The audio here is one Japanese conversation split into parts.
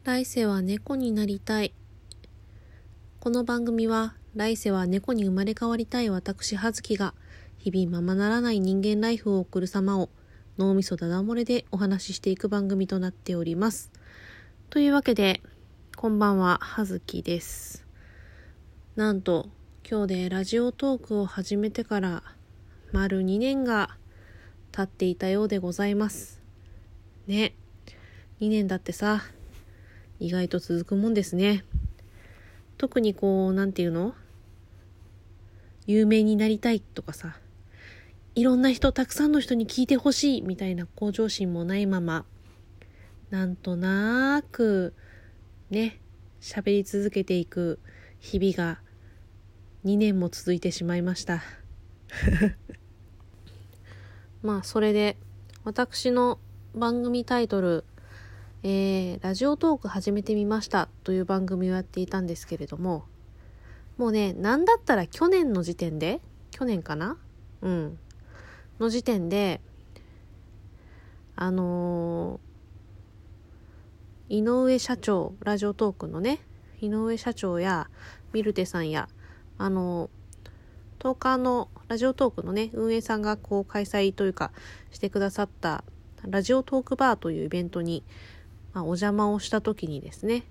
来世は猫になりたい。この番組は来世は猫に生まれ変わりたい私葉月が日々ままならない人間ライフを送る様を脳みそだだ漏れでお話ししていく番組となっております。というわけでこんばんは、葉月です。なんと今日でラジオトークを始めてから丸2年が経っていたようでございますね。2年だってさ、意外と続くもんですね。特になんていうの、有名になりたいとかさ、いろんな人、たくさんの人に聞いてほしいみたいな向上心もないまま、なんとなくね、喋り続けていく日々が2年も続いてしまいましたまあそれで私の番組タイトル、ラジオトーク始めてみましたという番組をやっていたんですけれども、もうね、なんだったら去年の時点で、去年かな、の時点で井上社長、ラジオトークのね、井上社長やミルテさんやトーカーのラジオトークのね、運営さんが開催というかしてくださったラジオトークバーというイベントに、お邪魔をした時にですね、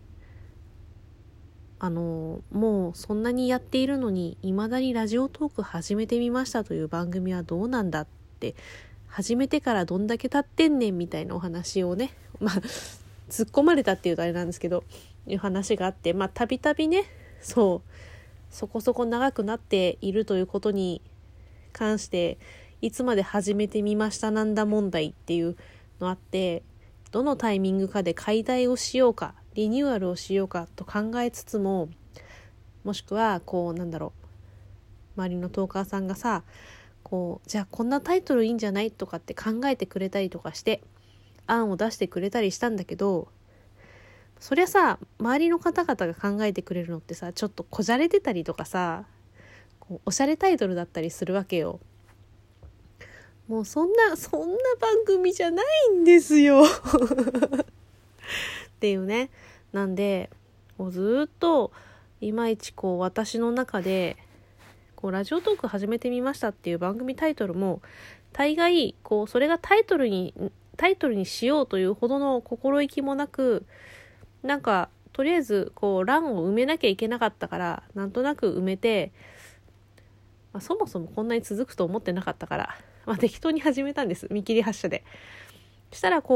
もうそんなにやっているのに未だにラジオトーク始めてみましたという番組はどうなんだって、始めてからどんだけ経ってんねんみたいなお話をね、突っ込まれたっていうとあれなんですけど、いう話があって、たびたびね、そこそこ長くなっているということに関していつまで始めてみましたなんだ問題っていうのあって、どのタイミングかで改題をしようかリニューアルをしようかと考えつつも、もしくは周りのトーカーさんがさ、じゃあこんなタイトルいいんじゃないとかって考えてくれたりとかして案を出してくれたりしたんだけど、そりゃさ、周りの方々が考えてくれるのってさ、ちょっとこじゃれてたりとかさ、おしゃれタイトルだったりするわけよ。もうそんな番組じゃないんですよっていうね。なんでもうずっといまいち私の中でラジオトーク始めてみましたっていう番組タイトルも大概それがタイトルにしようというほどの心意気もなく、とりあえず欄を埋めなきゃいけなかったからなんとなく埋めて、そもそもこんなに続くと思ってなかったから、適当に始めたんです。見切り発車で。したら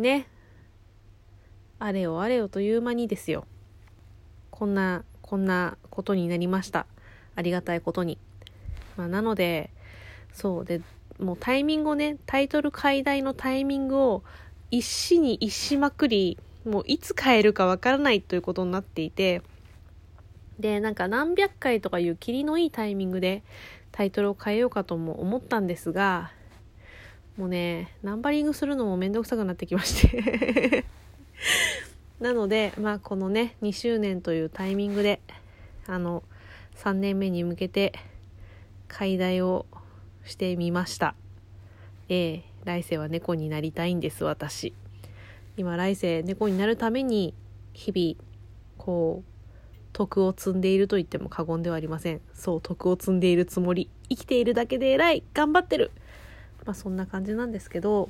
あれよあれよという間にですよ、こんなことになりました。ありがたいことに。なのでもうタイミングをね、タイトル改題のタイミングを一しまくり、もういつ変えるかわからないということになっていて、で何百回とかいうキリのいいタイミングでタイトルを変えようかとも思ったんですが、もうね、ナンバリングするのもめんどくさくなってきましてなのでこのね2周年というタイミングで3年目に向けて改題をしてみました。来世は猫になりたいんです。私今来世猫になるために日々徳を積んでいると言っても過言ではありません。徳を積んでいるつもり、生きているだけで偉い、頑張ってる、そんな感じなんですけど、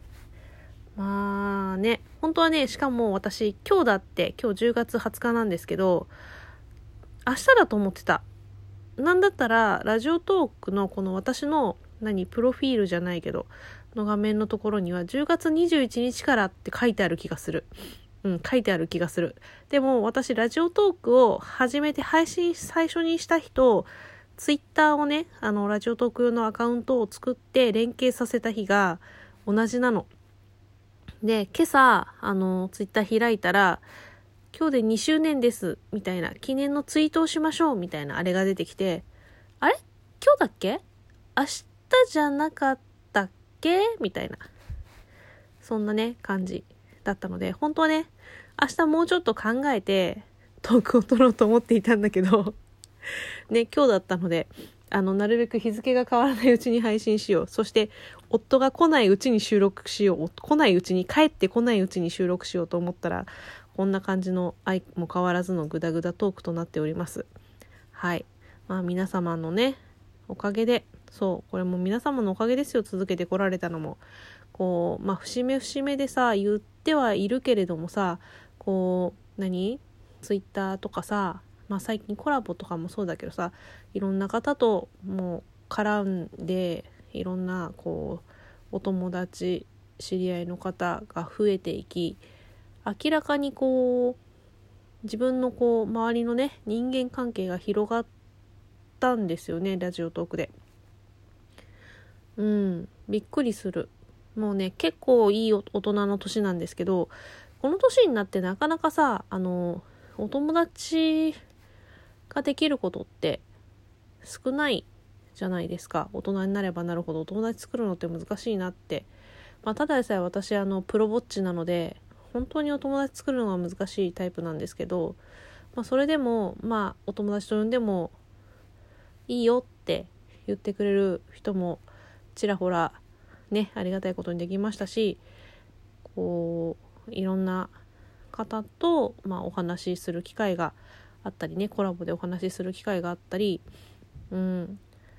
本当はね、しかも私今日10月20日なんですけど、明日だと思ってた。なんだったらラジオトークのこの私のプロフィールじゃないけどの画面のところには10月21日からって書いてある気がする。書いてある気がする。でも私ラジオトークを始めて配信最初にした日とツイッターをね、ラジオトーク用のアカウントを作って連携させた日が同じなの。で、今朝ツイッター開いたら、今日で2周年ですみたいな記念のツイートをしましょうみたいなあれが出てきて、あれ今日だっけ、明日じゃなかったっけみたいな、そんなね感じだったので、本当はね明日もうちょっと考えてトークを取ろうと思っていたんだけどね、今日だったのでなるべく日付が変わらないうちに配信しよう。そして夫が来ないうちに収録しよう。帰ってこないうちに収録しようと思ったら、 こんな感じの相も変わらずのグダグダトークとなっております。はい。皆様のね、おかげで、これも皆様のおかげですよ、続けてこられたのも。節目節目でさ、言ってはいるけれどもさ、ツイッターとかさ、最近コラボとかもそうだけどさ、いろんな方ともう絡んで、いろんなお友達、知り合いの方が増えていき、明らかに自分の周りのね、人間関係が広がったんですよね、ラジオトークで。びっくりする。もうね、結構いい大人の年なんですけど、この年になってなかなかさ、お友達ができることって少ないじゃないですか。大人になればなるほどお友達作るのって難しいなって。ただでさえ私プロぼっちなので、本当にお友達作るのが難しいタイプなんですけど、それでもお友達と呼んでもいいよって言ってくれる人もちらほらね、ありがたいことにできましたし、いろんな方と、お話しする機会があったりね、コラボでお話しする機会があったり、明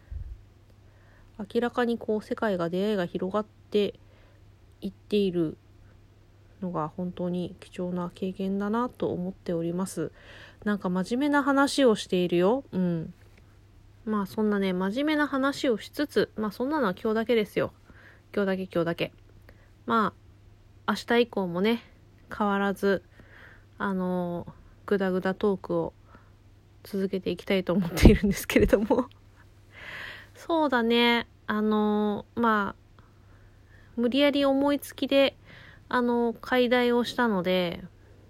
らかに世界が、出会いが広がっていっているのが本当に貴重な経験だなと思っております。なんか真面目な話をしているよ。そんなね、真面目な話をしつつ、そんなのは今日だけですよ。今日だけ。明日以降もね、変わらず、グダグダトークを続けていきたいと思っているんですけれども。そうだね、無理やり思いつきで、開題をしたので、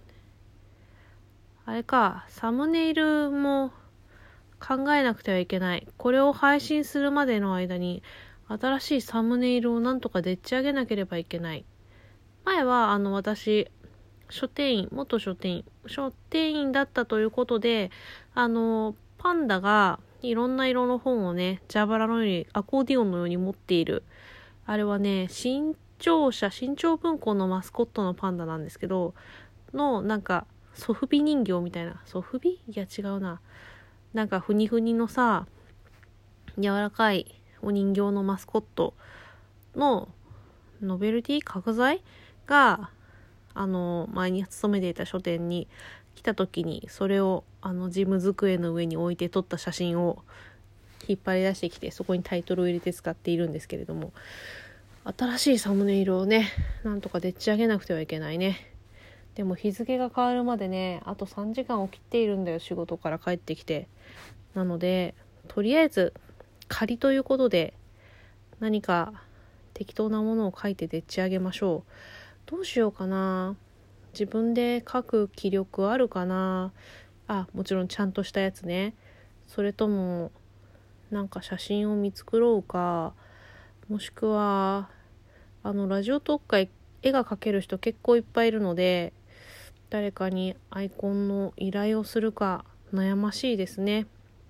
サムネイルも考えなくてはいけない。これを配信するまでの間に、新しいサムネイルをなんとかでっち上げなければいけない。前は私元書店員だったということで、パンダがいろんな色の本をね、蛇腹のようにアコーディオンのように持っている。あれはね、新潮文庫のマスコットのパンダなんですけど、ソフビ人形みたいな。ソフビ？いや違うな。ふにふにのさ、柔らかいお人形のマスコットのノベルティ角材が前に勤めていた書店に来た時に、それを事務机の上に置いて撮った写真を引っ張り出してきて、そこにタイトルを入れて使っているんですけれども、新しいサムネイルをね、なんとかでっち上げなくてはいけないね。でも日付が変わるまでね、あと3時間を切っているんだよ、仕事から帰ってきて。なのでとりあえず仮ということで、何か適当なものを書いてでっち上げましょう。どうしようかな。自分で書く気力あるかな。もちろんちゃんとしたやつね。それとも写真を見繕うか、もしくはラジオトーク会絵が描ける人結構いっぱいいるので、誰かにアイコンの依頼をするか悩ましいですね。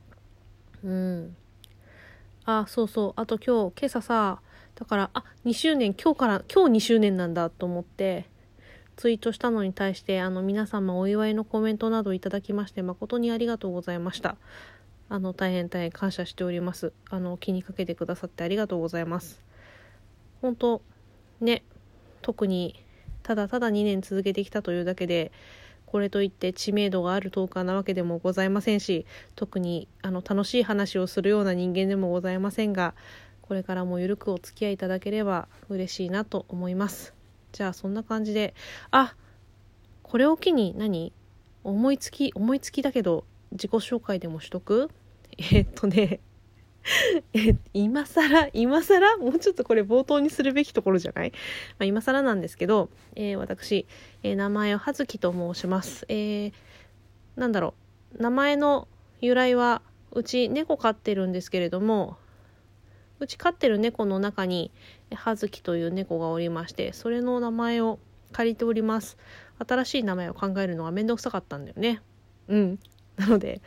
そうそう。あと今朝さ、だから2周年、今日2周年なんだと思ってツイートしたのに対して、皆様お祝いのコメントなどいただきまして誠にありがとうございました。大変感謝しております。気にかけてくださってありがとうございます。本当ね、特にただただ2年続けてきたというだけで、これといって知名度があるトーカーなわけでもございませんし、特に楽しい話をするような人間でもございませんが、これからもゆるくお付き合いいただければ嬉しいなと思います。じゃあそんな感じで、これを機に思いつきだけど自己紹介でもしとく？今更もうちょっとこれ冒頭にするべきところじゃない？今更なんですけど、私、名前を葉月と申します。名前の由来は、うち猫飼ってるんですけれども、うち飼ってる猫の中に葉月という猫がおりまして、それの名前を借りております。新しい名前を考えるのがめんどくさかったんだよね。なので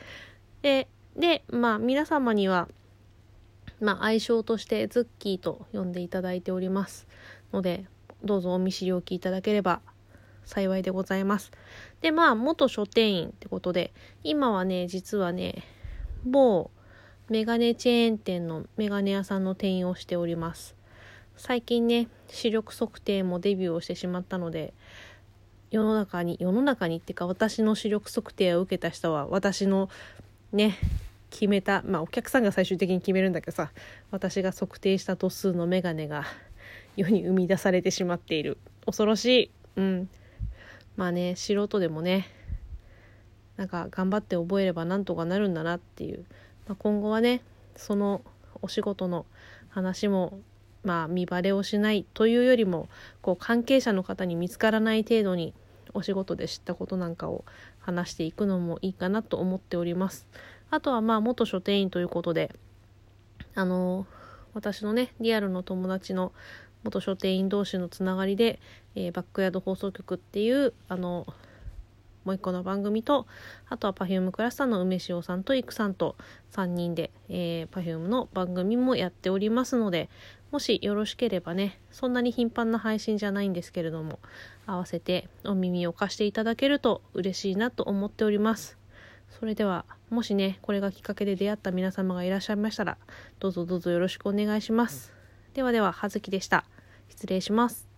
皆様には愛称としてズッキーと呼んでいただいておりますので、どうぞお見知りおきいただければ幸いでございます。で、元書店員ってことで、今はね、実はね、某メガネチェーン店のメガネ屋さんの店員をしております。最近ね、視力測定もデビューをしてしまったので、世の中にっていうか、私の視力測定を受けた人は、私のね、決めた、お客さんが最終的に決めるんだけどさ、私が測定した度数のメガネが世に生み出されてしまっている。恐ろしい。素人でもね、なんか頑張って覚えればなんとかなるんだなっていう、今後はね、そのお仕事の話も見バレをしないというよりも、関係者の方に見つからない程度にお仕事で知ったことなんかを話していくのもいいかなと思っております。あとは元書店員ということで、私のね、リアルの友達の元書店員同士のつながりで、バックヤード放送局っていうもう一個の番組と、あとは Perfume クラスターの梅塩さんとイクさんと3人で、Perfume の番組もやっておりますので、もしよろしければね、そんなに頻繁な配信じゃないんですけれども、合わせてお耳を貸していただけると嬉しいなと思っております。それでは、もしね、これがきっかけで出会った皆様がいらっしゃいましたら、どうぞよろしくお願いします。では、葉月でした。失礼します。